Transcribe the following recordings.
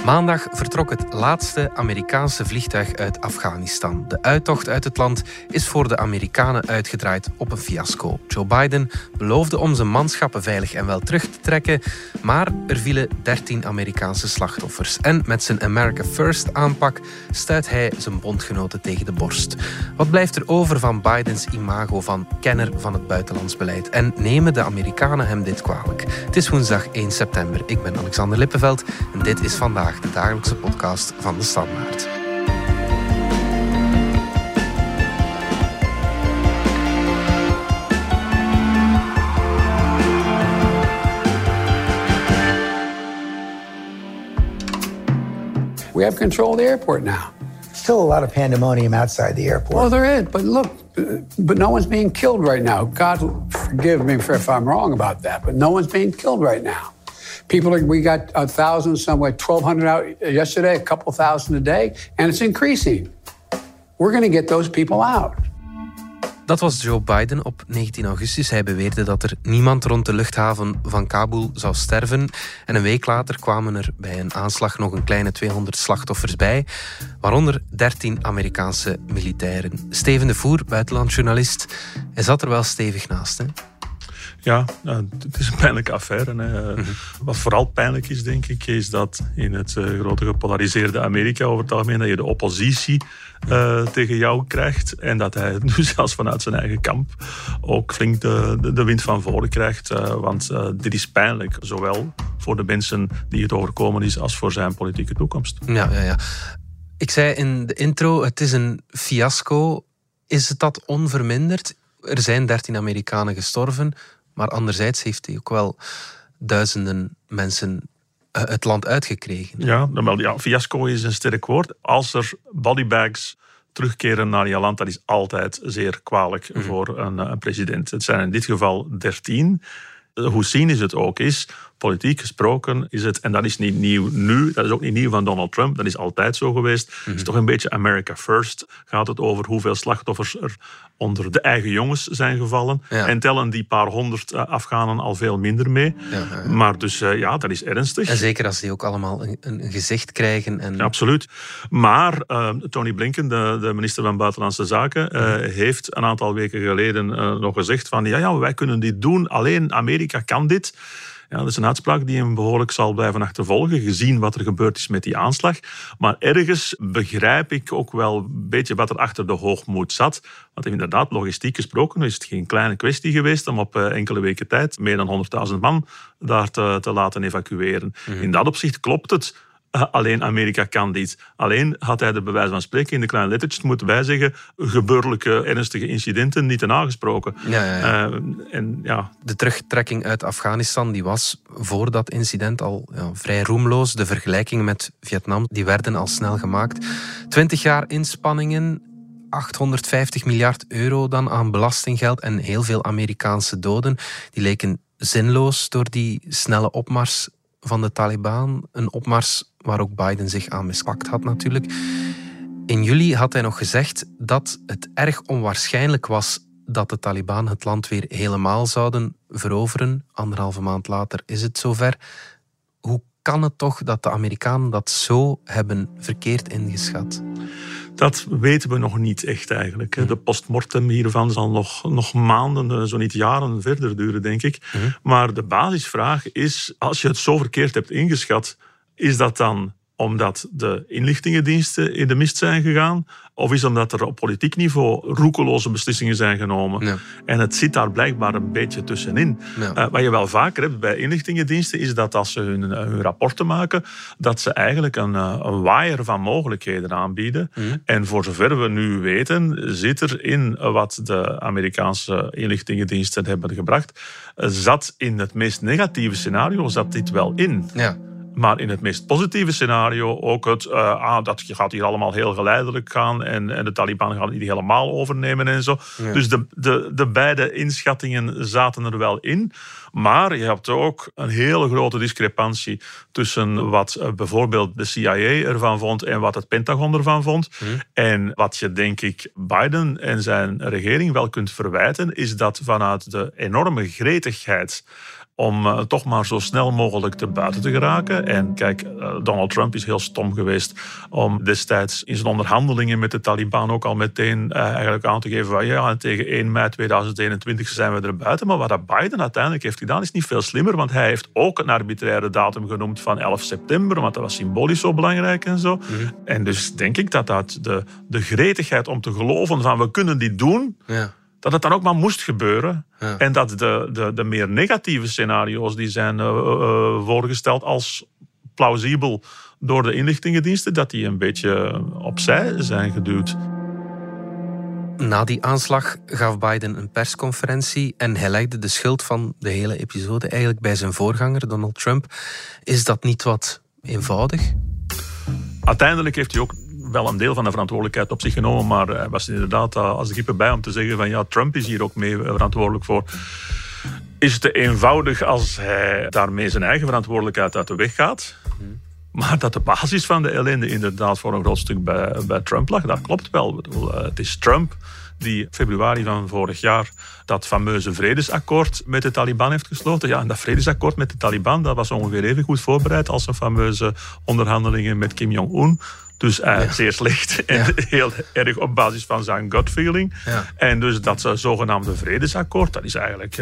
Maandag vertrok het laatste Amerikaanse vliegtuig uit Afghanistan. De uittocht uit het land is voor de Amerikanen uitgedraaid op een fiasco. Joe Biden beloofde om zijn manschappen veilig en wel terug te trekken, maar er vielen 13 Amerikaanse slachtoffers. En met zijn America First aanpak stuit hij zijn bondgenoten tegen de borst. Wat blijft er over van Bidens imago van kenner van het buitenlands beleid? En nemen de Amerikanen hem dit kwalijk? Het is woensdag 1 september. Ik ben Alexander Lippenveld en dit is vandaag de dagelijkse podcast van De Standaard. We have control of the airport now. Still a lot of pandemonium outside the airport. Well, there is, but look, but no one's being killed right now. God forgive me if I'm wrong about that, but no one's being killed right now. We got 1,000, somewhere 1,200 out yesterday, a couple thousand a day, and it's increasing. We're going to get those people out. Dat was Joe Biden op 19 augustus. Hij beweerde dat er niemand rond de luchthaven van Kabul zou sterven. En een week later kwamen er bij een aanslag nog een kleine 200 slachtoffers bij, waaronder 13 Amerikaanse militairen. Steven de Voer, buitenlandjournalist, hij zat er wel stevig naast, hè? Ja, het is een pijnlijke affaire. Wat vooral pijnlijk is, denk ik, is dat in het grote gepolariseerde Amerika over het algemeen dat je de oppositie tegen jou krijgt en dat hij nu zelfs vanuit zijn eigen kamp ook flink de wind van voren krijgt. Want dit is pijnlijk, zowel voor de mensen die het overkomen is als voor zijn politieke toekomst. Ja. Ik zei in de intro, het is een fiasco. Is het dat onverminderd? Er zijn 13 Amerikanen gestorven, maar anderzijds heeft hij ook wel duizenden mensen het land uitgekregen. Ja, fiasco is een sterk woord. Als er bodybags terugkeren naar je land, dat is altijd zeer kwalijk voor een president. Het zijn in dit geval 13. Hoe cynisch het ook is, politiek gesproken is het, en dat is niet nieuw nu, dat is ook niet nieuw van Donald Trump, dat is altijd zo geweest. Het is toch een beetje America First. Gaat het over hoeveel slachtoffers er onder de eigen jongens zijn gevallen. Ja. En tellen die paar honderd Afghanen al veel minder mee. Ja. Maar dus dat is ernstig. En zeker als die ook allemaal een gezicht krijgen. En... Ja, absoluut. Maar Tony Blinken, de minister van Buitenlandse Zaken, heeft een aantal weken geleden nog gezegd van wij kunnen dit doen, alleen Amerika kan dit. Ja, dat is een uitspraak die hem behoorlijk zal blijven achtervolgen, gezien wat er gebeurd is met die aanslag. Maar ergens begrijp ik ook wel een beetje wat er achter de hoogmoed zat. Want inderdaad, logistiek gesproken, is het geen kleine kwestie geweest om op enkele weken tijd meer dan 100.000 man daar te laten evacueren. In dat opzicht klopt het. Alleen Amerika kan dit. Alleen had hij de bij wijze van spreken in de kleine lettertjes moeten bijzeggen gebeurlijke ernstige incidenten niet ten aangesproken. Ja. De terugtrekking uit Afghanistan die was voor dat incident al vrij roemloos. De vergelijkingen met Vietnam die werden al snel gemaakt. 20 jaar inspanningen, 850 miljard euro dan aan belastinggeld en heel veel Amerikaanse doden. Die leken zinloos door die snelle opmars van de Taliban. Een opmars waar ook Biden zich aan mispakt had natuurlijk. In juli had hij nog gezegd dat het erg onwaarschijnlijk was dat de Taliban het land weer helemaal zouden veroveren. 1,5 maand later is het zover. Hoe kan het toch dat de Amerikanen dat zo hebben verkeerd ingeschat? Dat weten we nog niet echt eigenlijk. De postmortem hiervan zal nog maanden, zo niet jaren verder duren, denk ik. Maar de basisvraag is, als je het zo verkeerd hebt ingeschat, is dat dan omdat de inlichtingendiensten in de mist zijn gegaan? Of is het omdat er op politiek niveau roekeloze beslissingen zijn genomen? Ja. En het zit daar blijkbaar een beetje tussenin. Ja. Wat je wel vaker hebt bij inlichtingendiensten is dat als ze hun rapporten maken, dat ze eigenlijk een waaier van mogelijkheden aanbieden. En voor zover we nu weten, zit er in wat de Amerikaanse inlichtingendiensten hebben gebracht, zat in het meest negatieve scenario zat dit wel in. Ja. Maar in het meest positieve scenario ook dat gaat hier allemaal heel geleidelijk gaan en de Taliban gaan het niet helemaal overnemen en zo. Ja. Dus de beide inschattingen zaten er wel in. Maar je hebt ook een hele grote discrepantie tussen wat bijvoorbeeld de CIA ervan vond en wat het Pentagon ervan vond. En wat je, denk ik, Biden en zijn regering wel kunt verwijten, is dat vanuit de enorme gretigheid om toch maar zo snel mogelijk te buiten te geraken. En kijk, Donald Trump is heel stom geweest om destijds in zijn onderhandelingen met de Taliban ook al meteen eigenlijk aan te geven van ja, tegen 1 mei 2021 zijn we er buiten. Maar wat Biden uiteindelijk heeft gedaan is niet veel slimmer, want hij heeft ook een arbitraire datum genoemd van 11 september, want dat was symbolisch zo belangrijk en zo. En dus denk ik dat de gretigheid om te geloven van we kunnen dit doen, dat het dan ook maar moest gebeuren. Ja. En dat de meer negatieve scenario's die zijn voorgesteld als plausibel door de inlichtingendiensten, dat die een beetje opzij zijn geduwd. Na die aanslag gaf Biden een persconferentie en hij legde de schuld van de hele episode eigenlijk bij zijn voorganger, Donald Trump. Is dat niet wat eenvoudig? Uiteindelijk heeft hij ook wel een deel van de verantwoordelijkheid op zich genomen, maar hij was inderdaad als de gippen bij om te zeggen van ja, Trump is hier ook mee verantwoordelijk voor. Is het te eenvoudig als hij daarmee zijn eigen verantwoordelijkheid uit de weg gaat? Maar dat de basis van de ellende inderdaad voor een groot stuk bij Trump lag, dat klopt wel. Het is Trump die februari van vorig jaar dat fameuze vredesakkoord met de Taliban heeft gesloten. Ja, en dat vredesakkoord met de Taliban, dat was ongeveer even goed voorbereid als een fameuze onderhandelingen met Kim Jong-un. Dus zeer slecht en heel erg op basis van zijn gut feeling. Ja. En dus dat zogenaamde vredesakkoord, dat is eigenlijk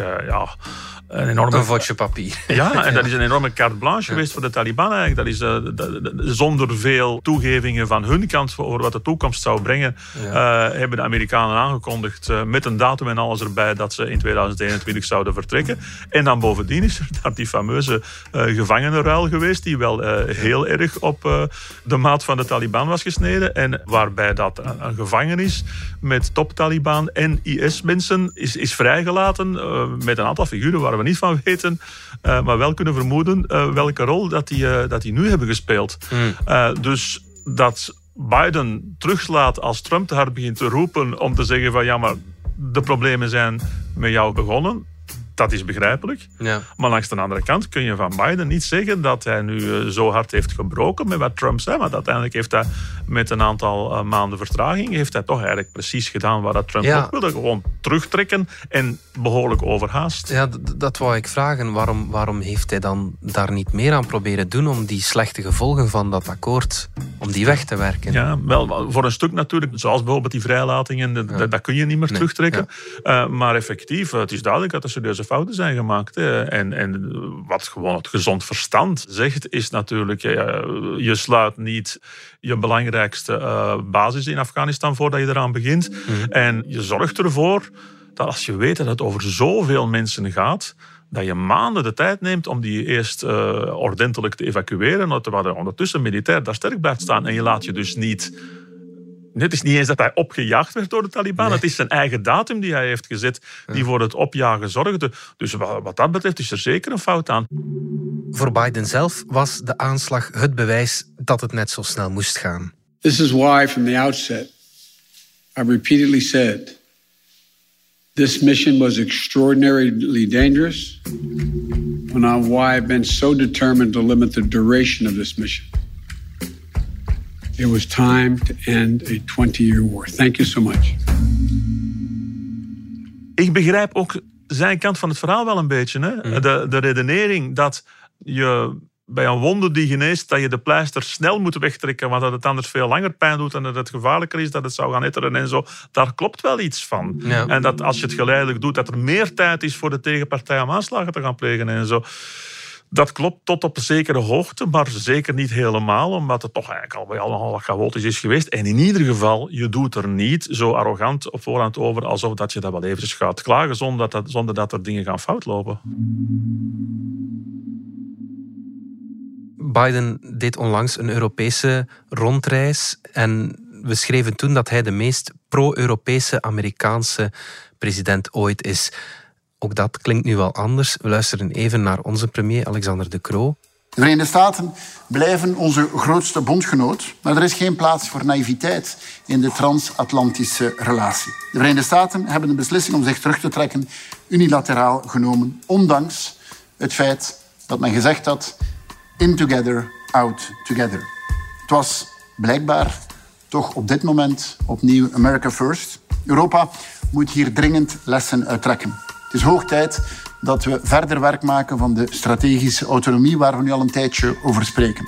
een enorme... Een vodje papier. Ja, en dat is een enorme carte blanche geweest voor de Taliban eigenlijk. Dat is zonder veel toegevingen van hun kant voor wat de toekomst zou brengen, hebben de Amerikanen aangekondigd met een datum en alles erbij dat ze in 2021 zouden vertrekken. En dan bovendien is er daar die fameuze gevangenenruil geweest, die wel heel erg op de maat van de Taliban was gesneden en waarbij dat een gevangenis met top-Taliban en IS-mensen is vrijgelaten met een aantal figuren waar we niet van weten, maar wel kunnen vermoeden welke rol dat die nu hebben gespeeld. Dus dat Biden terugslaat als Trump te hard begint te roepen om te zeggen van ja, maar de problemen zijn met jou begonnen. Dat is begrijpelijk. Ja. Maar langs de andere kant kun je van Biden niet zeggen dat hij nu zo hard heeft gebroken met wat Trump zei. Maar uiteindelijk heeft hij met een aantal maanden vertraging heeft hij toch eigenlijk precies gedaan wat dat Trump ook wilde. Gewoon terugtrekken en behoorlijk overhaast. Ja, dat wou ik vragen. Waarom heeft hij dan daar niet meer aan proberen doen om die slechte gevolgen van dat akkoord, om die weg te werken? Ja, wel, voor een stuk natuurlijk. Zoals bijvoorbeeld die vrijlatingen, dat kun je niet meer terugtrekken. Ja. Maar effectief, het is duidelijk dat er serieuze fouten zijn gemaakt. En wat gewoon het gezond verstand zegt, is natuurlijk, je sluit niet je belangrijkste basis in Afghanistan voordat je eraan begint. En je zorgt ervoor dat als je weet dat het over zoveel mensen gaat, dat je maanden de tijd neemt om die eerst ordentelijk te evacueren, terwijl ondertussen militair daar sterk blijft staan. En je laat je dus niet... Het is niet eens dat hij opgejaagd werd door de Taliban. Nee. Het is zijn eigen datum die hij heeft gezet die voor het opjagen zorgde. Dus wat dat betreft is er zeker een fout aan. Voor Biden zelf was de aanslag het bewijs dat het net zo snel moest gaan. This is why from the outset I repeatedly said this mission was extraordinarily dangerous and why I've been so determined to limit the duration of this mission. It was time to end a 20-year war. Thank you so much. Ik begrijp ook zijn kant van het verhaal wel een beetje. Hè? De redenering dat je bij een wonde die geneest, dat je de pleister snel moet wegtrekken, want dat het anders veel langer pijn doet en dat het gevaarlijker is, dat het zou gaan etteren en zo. Daar klopt wel iets van. Ja. En dat als je het geleidelijk doet, dat er meer tijd is voor de tegenpartij om aanslagen te gaan plegen en zo. Dat klopt tot op een zekere hoogte, maar zeker niet helemaal, omdat het toch eigenlijk al wat chaotisch is geweest. En in ieder geval, je doet er niet zo arrogant op voorhand over alsof dat je dat wel eventjes gaat klagen, zonder dat er dingen gaan fout lopen. Biden deed onlangs een Europese rondreis en we schreven toen dat hij de meest pro-Europese Amerikaanse president ooit is. Ook dat klinkt nu wel anders. We luisteren even naar onze premier Alexander De Croo. De Verenigde Staten blijven onze grootste bondgenoot, maar er is geen plaats voor naïviteit in de transatlantische relatie. De Verenigde Staten hebben de beslissing om zich terug te trekken unilateraal genomen, ondanks het feit dat men gezegd had in together, out together. Het was blijkbaar toch op dit moment opnieuw America first. Europa moet hier dringend lessen uit trekken. Het is hoog tijd dat we verder werk maken van de strategische autonomie waar we nu al een tijdje over spreken.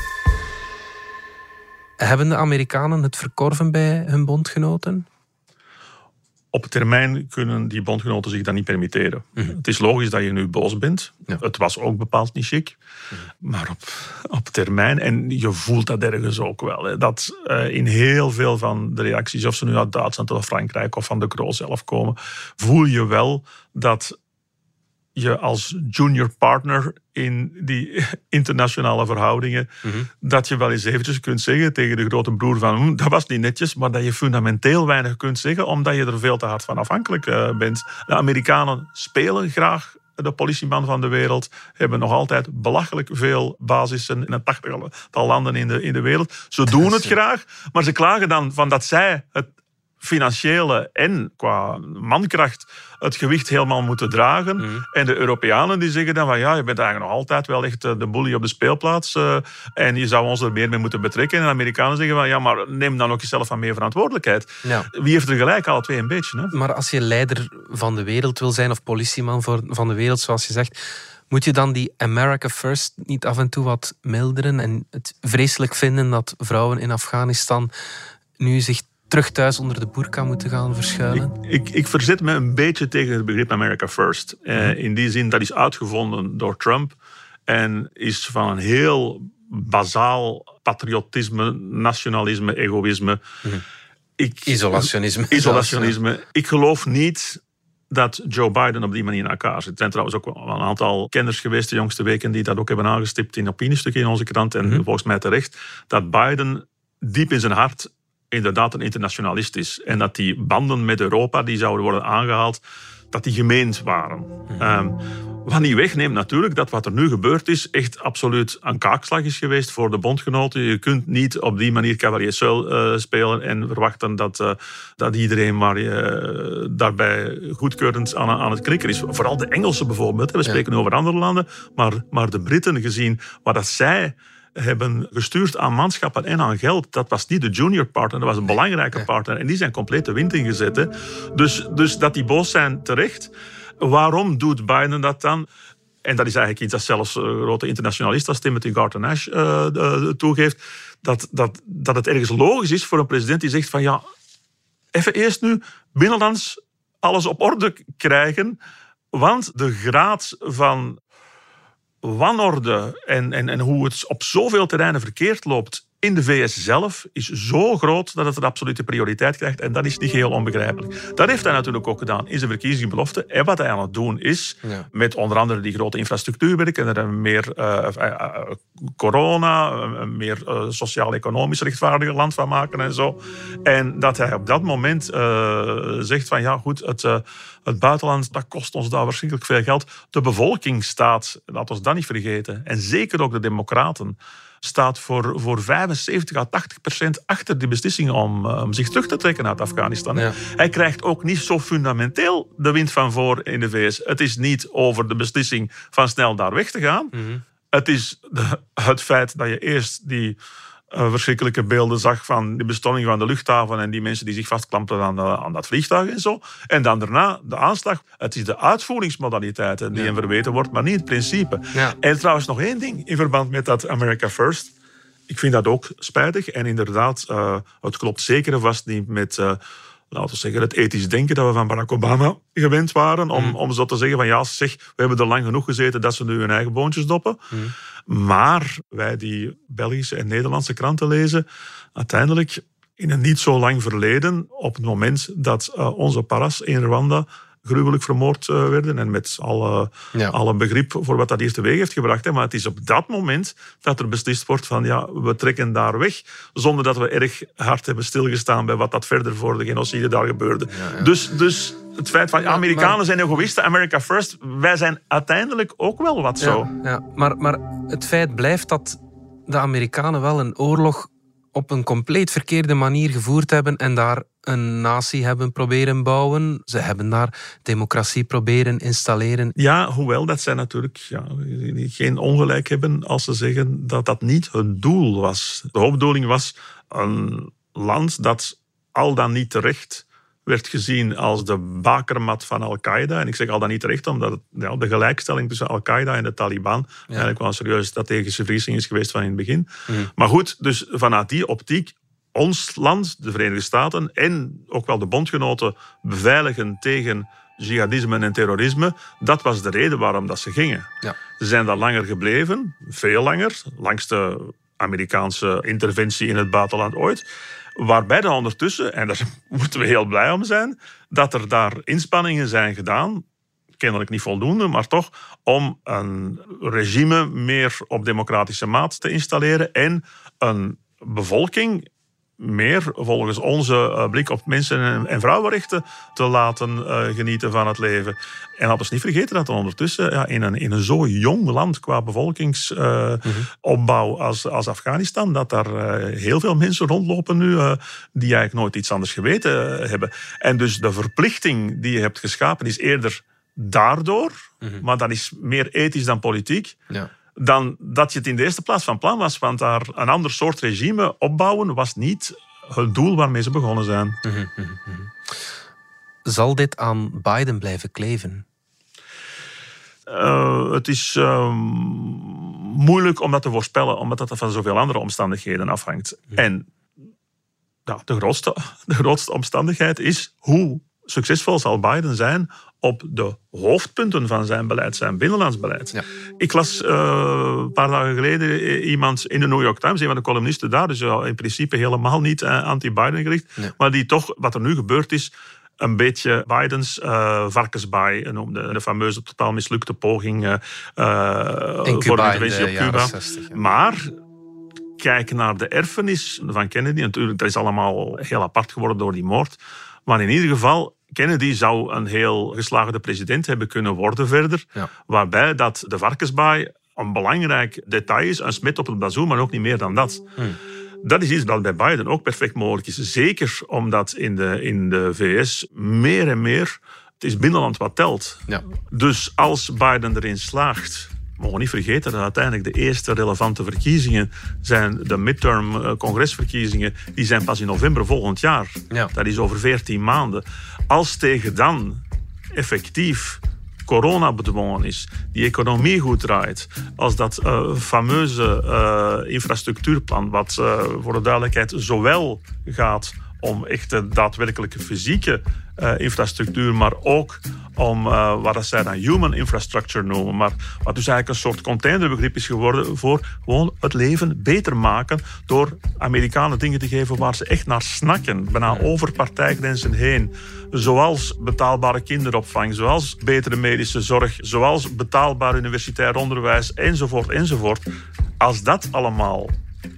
Hebben de Amerikanen het verkorven bij hun bondgenoten? Op termijn kunnen die bondgenoten zich dat niet permitteren. Mm-hmm. Het is logisch dat je nu boos bent. Ja. Het was ook bepaald niet chic. Mm-hmm. Maar op termijn, en je voelt dat ergens ook wel, hè, dat in heel veel van de reacties, of ze nu uit Duitsland of Frankrijk of van de Croo zelf komen, voel je wel dat je als junior partner in die internationale verhoudingen, dat je wel eens eventjes kunt zeggen tegen de grote broer van dat was niet netjes, maar dat je fundamenteel weinig kunt zeggen, omdat je er veel te hard van afhankelijk bent. De Amerikanen spelen graag de politieman van de wereld, hebben nog altijd belachelijk veel basissen in een 80-tal landen in de wereld. Ze doen het graag, maar ze klagen dan van dat zij het financiële en qua mankracht het gewicht helemaal moeten dragen. En de Europeanen die zeggen dan van ja, je bent eigenlijk nog altijd wel echt de bully op de speelplaats en je zou ons er meer mee moeten betrekken. En de Amerikanen zeggen van ja, maar neem dan ook jezelf aan meer verantwoordelijkheid. Ja. Wie heeft er gelijk? Alle twee een beetje. Hè? Maar als je leider van de wereld wil zijn of politieman van de wereld, zoals je zegt, moet je dan die America First niet af en toe wat milderen en het vreselijk vinden dat vrouwen in Afghanistan nu zich terug thuis onder de boerka moeten gaan verschuilen? Ik verzet me een beetje tegen het begrip America First. In die zin, dat is uitgevonden door Trump en is van een heel bazaal patriotisme, nationalisme, egoïsme. Isolationisme. Ik geloof niet dat Joe Biden op die manier in elkaar zit. Er zijn trouwens ook wel een aantal kenners geweest de jongste weken die dat ook hebben aangestipt in opiniestukken in onze krant. En volgens mij terecht dat Biden diep in zijn hart inderdaad een internationalist is. En dat die banden met Europa die zouden worden aangehaald, dat die gemeend waren. Wat niet wegneemt natuurlijk dat wat er nu gebeurd is echt absoluut een kaakslag is geweest voor de bondgenoten. Je kunt niet op die manier cavalier spelen en verwachten dat iedereen maar daarbij goedkeurend aan het knikken is. Vooral de Engelsen bijvoorbeeld. We spreken nu over andere landen, maar de Britten gezien wat dat zij hebben gestuurd aan manschappen en aan geld. Dat was niet de junior partner, dat was een belangrijke partner. En die zijn compleet de wind ingezet. Hè. Dus dat die boos zijn, terecht. Waarom doet Biden dat dan? En dat is eigenlijk iets dat zelfs grote internationalist als Timothy Garton-Ash toegeeft. Dat het ergens logisch is voor een president die zegt van ja, even eerst nu binnenlands alles op orde krijgen. Want de graad van wanorde en hoe het op zoveel terreinen verkeerd loopt in de VS zelf is zo groot dat het een absolute prioriteit krijgt. En dat is niet geheel onbegrijpelijk. Dat heeft hij natuurlijk ook gedaan in zijn verkiezingsbelofte. En wat hij aan het doen is, met onder andere die grote infrastructuurwerk en er meer corona, een meer sociaal-economisch rechtvaardiger land van maken en zo. En dat hij op dat moment zegt van ja goed, het buitenland, dat kost ons daar verschrikkelijk veel geld. De bevolking staat, laten we dat niet vergeten, en zeker ook de democraten, staat voor 75 à 80% achter die beslissing om zich terug te trekken uit Afghanistan. Ja. Hij krijgt ook niet zo fundamenteel de wind van voor in de VS. Het is niet over de beslissing van snel daar weg te gaan. Het is het feit dat je eerst die verschrikkelijke beelden zag van de bestorming van de luchthaven en die mensen die zich vastklampen aan dat vliegtuig en zo. En dan daarna de aanslag. Het is de uitvoeringsmodaliteiten die hem verweten wordt, maar niet het principe. Ja. En trouwens nog één ding in verband met dat America First. Ik vind dat ook spijtig. En inderdaad, het klopt zeker vast niet met laten we zeggen, het ethisch denken dat we van Barack Obama gewend waren. Om zo te zeggen van ja, zeg, we hebben er lang genoeg gezeten dat ze nu hun eigen boontjes doppen. Maar wij die Belgische en Nederlandse kranten lezen, uiteindelijk in een niet zo lang verleden, op het moment dat onze paras in Rwanda gruwelijk vermoord werden en met alle begrip voor wat dat hier teweeg heeft gebracht. Hè. Maar het is op dat moment dat er beslist wordt van ja, we trekken daar weg, zonder dat we erg hard hebben stilgestaan bij wat dat verder voor de genocide daar gebeurde. Ja. Dus het feit van Amerikanen zijn egoïsten, America First, wij zijn uiteindelijk ook wel wat zo. Ja. Maar het feit blijft dat de Amerikanen wel een oorlog op een compleet verkeerde manier gevoerd hebben en daar een natie hebben proberen bouwen. Ze hebben daar democratie proberen installeren. Ja, hoewel dat zij natuurlijk geen ongelijk hebben als ze zeggen dat dat niet het doel was. De hoofddoeling was een land dat al dan niet terecht werd gezien als de bakermat van Al-Qaeda. En ik zeg al dat niet terecht, omdat de gelijkstelling tussen Al-Qaeda en de Taliban eigenlijk wel een serieuze strategische vergissing is geweest van in het begin. Maar goed, dus vanuit die optiek, ons land, de Verenigde Staten en ook wel de bondgenoten beveiligen tegen jihadisme en terrorisme, dat was de reden waarom dat ze gingen. Ja. Ze zijn daar langer gebleven, veel langer, langs de Amerikaanse interventie in het buitenland ooit. Waarbij dan ondertussen, en daar moeten we heel blij om zijn, dat er daar inspanningen zijn gedaan, kennelijk niet voldoende, maar toch, om een regime meer op democratische maat te installeren en een bevolking meer volgens onze blik op mensen- en vrouwenrechten te laten genieten van het leven. En laten we niet vergeten dat er ondertussen in een zo jong land qua bevolkingsopbouw als Afghanistan, dat daar heel veel mensen rondlopen nu die eigenlijk nooit iets anders geweten hebben. En dus de verplichting die je hebt geschapen is eerder daardoor, maar dat is meer ethisch dan politiek. Ja. Dan dat je het in de eerste plaats van plan was, want daar een ander soort regime opbouwen was niet het doel waarmee ze begonnen zijn. Zal dit aan Biden blijven kleven? Het is moeilijk om dat te voorspellen, omdat dat van zoveel andere omstandigheden afhangt. En de grootste omstandigheid is hoe succesvol zal Biden zijn op de hoofdpunten van zijn beleid, zijn binnenlands beleid. Ja. Ik las een paar dagen geleden iemand in de New York Times, een van de columnisten daar, dus in principe helemaal niet anti-Biden gericht, maar die toch, wat er nu gebeurd is, een beetje Bidens varkensbaai noemde. De fameuze totaal mislukte poging voor de interventie op Cuba. 60, ja. Maar kijk naar de erfenis van Kennedy. Natuurlijk, dat is allemaal heel apart geworden door die moord. Maar in ieder geval, Kennedy zou een heel geslaagde president hebben kunnen worden verder. Ja. Waarbij dat de varkensbaai een belangrijk detail is, een smet op het blazoen, maar ook niet meer dan dat. Dat is iets dat bij Biden ook perfect mogelijk is. Zeker omdat in de VS meer en meer, het is binnenland wat telt. Ja. Dus als Biden erin slaagt, mogen we niet vergeten dat uiteindelijk de eerste relevante verkiezingen zijn de midterm congresverkiezingen. Die zijn pas in november volgend jaar. Ja. Dat is over 14 maanden. Als tegen dan effectief corona bedwongen is, die economie goed draait, als dat fameuze infrastructuurplan, wat voor de duidelijkheid zowel gaat om echt de daadwerkelijke fysieke infrastructuur, maar ook om wat zij dan human infrastructure noemen, maar wat dus eigenlijk een soort containerbegrip is geworden voor gewoon het leven beter maken door Amerikanen dingen te geven waar ze echt naar snakken, bijna over partijgrenzen heen. Zoals betaalbare kinderopvang, zoals betere medische zorg, zoals betaalbaar universitair onderwijs, enzovoort, enzovoort. Als dat allemaal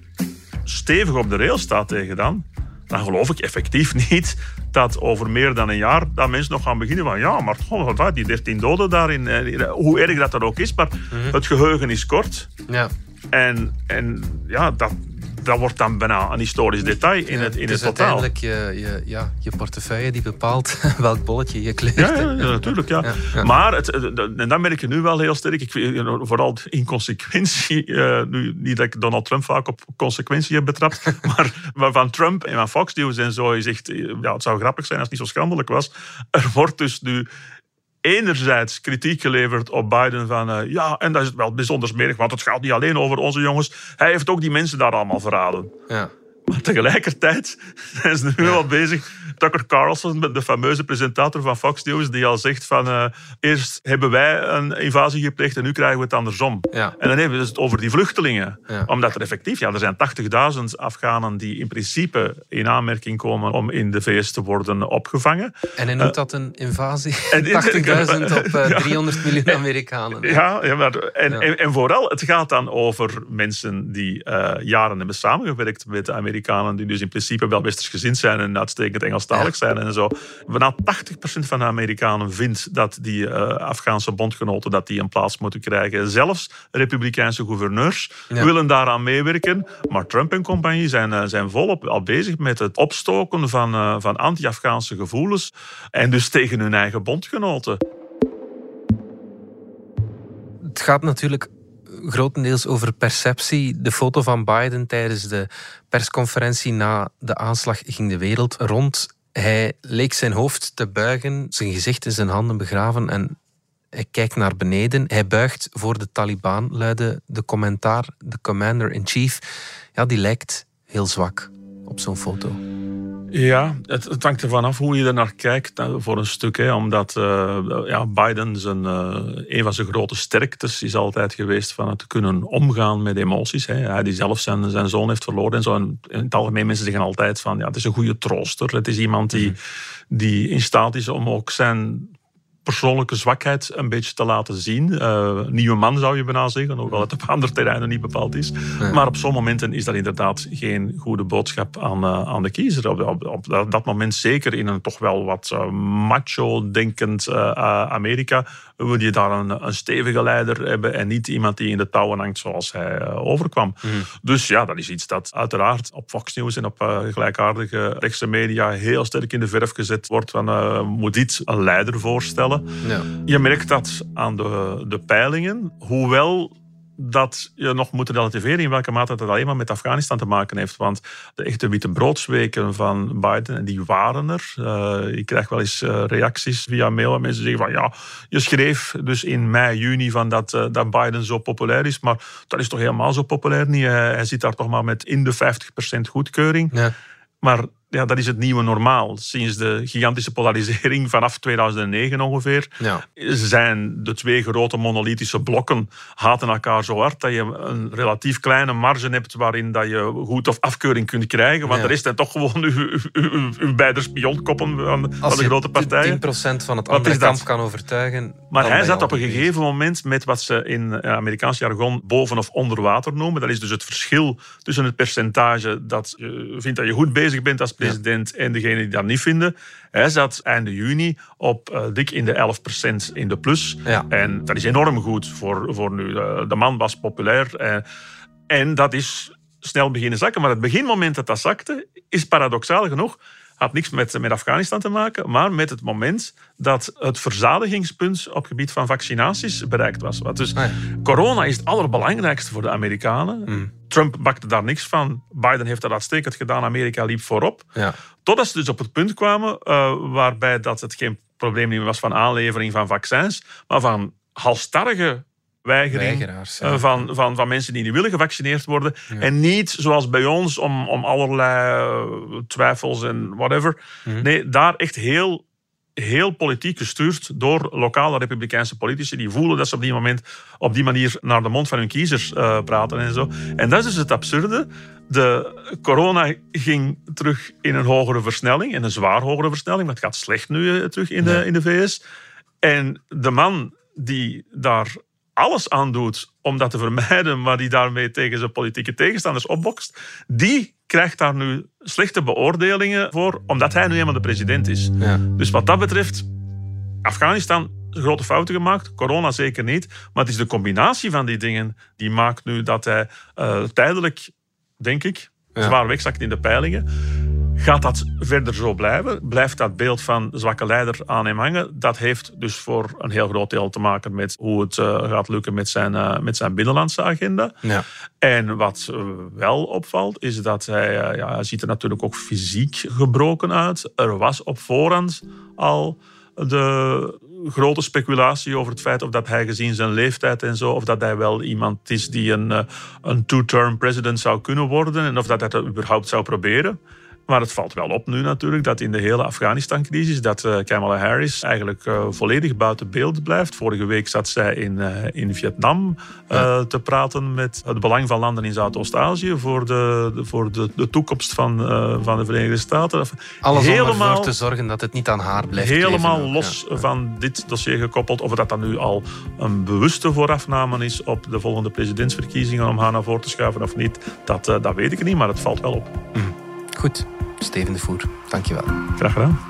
stevig op de rails staat tegen dan geloof ik effectief niet dat over meer dan een jaar dat mensen nog gaan beginnen van ja, maar die 13 doden daarin, hoe erg dat ook is, maar het geheugen is kort. Ja. En ja, dat wordt dan bijna een historisch detail in het totaal. Uiteindelijk je portefeuille die bepaalt welk bolletje je kleurt. Ja, natuurlijk. Ja. Ja. Maar, en dat merk je nu wel heel sterk, vooral inconsequentie, nu niet dat ik Donald Trump vaak op consequentie heb betrapt, maar van Trump en van Fox News en zo is echt, het zou grappig zijn als het niet zo schandelijk was. Er wordt dus nu enerzijds kritiek geleverd op Biden van en dat is wel bijzonder smerig, want het gaat niet alleen over onze jongens. Hij heeft ook die mensen daar allemaal verraden. Ja. Maar tegelijkertijd zijn ze nu wel bezig. Tucker Carlson, de fameuze presentator van Fox News, die al zegt van eerst hebben wij een invasie gepleegd en nu krijgen we het andersom. Ja. En dan hebben we het over die vluchtelingen. Ja. Omdat er effectief, er zijn 80.000 Afghanen die in principe in aanmerking komen om in de VS te worden opgevangen. En hij noemt dat een invasie? 80.000 op 300 miljoen Amerikanen. En vooral, het gaat dan over mensen die jaren hebben samengewerkt met de Amerikanen, die dus in principe wel westersgezind zijn en uitstekend Engelstalig zijn en zo. Bijna 80% van de Amerikanen vindt dat die Afghaanse bondgenoten dat die een plaats moeten krijgen. Zelfs republikeinse gouverneurs willen daaraan meewerken. Maar Trump en compagnie zijn volop al bezig met het opstoken van anti-Afghaanse gevoelens en dus tegen hun eigen bondgenoten. Het gaat natuurlijk grotendeels over perceptie. De foto van Biden tijdens de persconferentie na de aanslag ging de wereld rond. Hij leek zijn hoofd te buigen, zijn gezicht in zijn handen begraven en hij kijkt naar beneden. Hij buigt voor de Taliban, luidde de commentaar. De commander-in-chief, ja, die lijkt heel zwak op zo'n foto. Ja, het hangt ervan af hoe je er naar kijkt voor een stuk. Hè, omdat Biden, een van zijn grote sterktes is altijd geweest van het kunnen omgaan met emoties. Hè. Hij die zelf zijn zoon heeft verloren en zo. En in het algemeen mensen zeggen altijd van het is een goede trooster. Het is iemand die in staat is om ook zijn persoonlijke zwakheid een beetje te laten zien. Nieuwe man zou je bijna zeggen, hoewel het op andere terreinen niet bepaald is. Ja. Maar op zo'n momenten is dat inderdaad geen goede boodschap aan de kiezer. Op dat moment, zeker in een toch wel wat macho-denkend Amerika, wil je daar een stevige leider hebben en niet iemand die in de touwen hangt zoals hij overkwam. Dus ja, dat is iets dat uiteraard op Fox News en op gelijkaardige rechtse media heel sterk in de verf gezet wordt van moet dit een leider voorstellen. Ja. Je merkt dat aan de peilingen, hoewel dat je nog moet relativeren in welke mate dat alleen maar met Afghanistan te maken heeft. Want de echte wittebroodsweken van Biden, die waren er. Ik krijg wel eens reacties via mail waar mensen zeggen van ja, je schreef dus in mei, juni van dat Biden zo populair is, maar dat is toch helemaal zo populair niet. Hij zit daar toch maar met in de 50% goedkeuring. Ja. Maar ja, dat is het nieuwe normaal. Sinds de gigantische polarisering vanaf 2009 ongeveer zijn de twee grote monolithische blokken haten elkaar zo hard dat je een relatief kleine marge hebt waarin dat je goed of afkeuring kunt krijgen. Want de rest zijn toch gewoon uw beide spionkoppen van de grote partijen. Als je 10% van het andere kamp kan overtuigen. Maar hij zat op een gegeven moment met wat ze in Amerikaans jargon boven of onder water noemen. Dat is dus het verschil tussen het percentage dat je vindt dat je goed bezig bent als president en degene die dat niet vinden. Hij zat einde juni op dik in de 11% in de plus. Ja. En dat is enorm goed voor nu. De man was populair. En dat is snel beginnen zakken. Maar het beginmoment dat dat zakte, is paradoxaal genoeg, had niks met Afghanistan te maken, maar met het moment dat het verzadigingspunt op gebied van vaccinaties bereikt was. Dus corona is het allerbelangrijkste voor de Amerikanen. Trump bakte daar niks van. Biden heeft dat uitstekend gedaan. Amerika liep voorop. Ja. Totdat ze dus op het punt kwamen waarbij dat het geen probleem meer was van aanlevering van vaccins, maar van halstarrige weigeraars, van mensen die niet willen gevaccineerd worden. Ja. En niet zoals bij ons om allerlei twijfels en whatever. Nee, daar echt heel politiek gestuurd door lokale republikeinse politici die voelen dat ze op die manier naar de mond van hun kiezers praten en zo. En dat is dus het absurde. De corona ging terug in een hogere versnelling, en een zwaar hogere versnelling, maar het gaat slecht nu terug in de VS. En de man die daar alles aan doet om dat te vermijden, maar die daarmee tegen zijn politieke tegenstanders opbokst, die krijgt daar nu slechte beoordelingen voor, omdat hij nu eenmaal de president is. Ja. Dus wat dat betreft, Afghanistan grote fouten gemaakt, corona zeker niet, maar het is de combinatie van die dingen die maakt nu dat hij tijdelijk, denk ik, zwaar wegzakt in de peilingen. Gaat dat verder zo blijven? Blijft dat beeld van zwakke leider aan hem hangen? Dat heeft dus voor een heel groot deel te maken met hoe het gaat lukken met zijn binnenlandse agenda. Ja. En wat wel opvalt, is dat hij ziet er natuurlijk ook fysiek gebroken uit. Er was op voorhand al de grote speculatie over het feit of dat hij gezien zijn leeftijd en zo, of dat hij wel iemand is die een two-term president zou kunnen worden en of dat hij dat überhaupt zou proberen. Maar het valt wel op nu natuurlijk dat in de hele Afghanistan-crisis dat Kamala Harris eigenlijk volledig buiten beeld blijft. Vorige week zat zij in Vietnam te praten met het belang van landen in Zuidoost-Azië voor de toekomst van de Verenigde Staten. Alles om ervoor te zorgen dat het niet aan haar blijft helemaal kleven, los van dit dossier gekoppeld. Of dat nu al een bewuste voorafname is op de volgende presidentsverkiezingen om haar naar voren te schuiven of niet, dat weet ik niet, maar het valt wel op. Goed, Steven de Voer, dankjewel. Graag gedaan.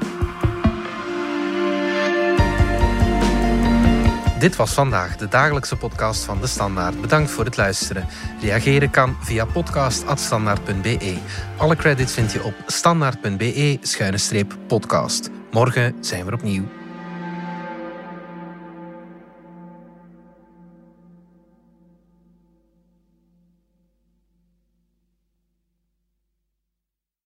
Dit was vandaag de dagelijkse podcast van De Standaard. Bedankt voor het luisteren. Reageren kan via podcast@standaard.be. Alle credits vind je op standaard.be/podcast. Morgen zijn we opnieuw.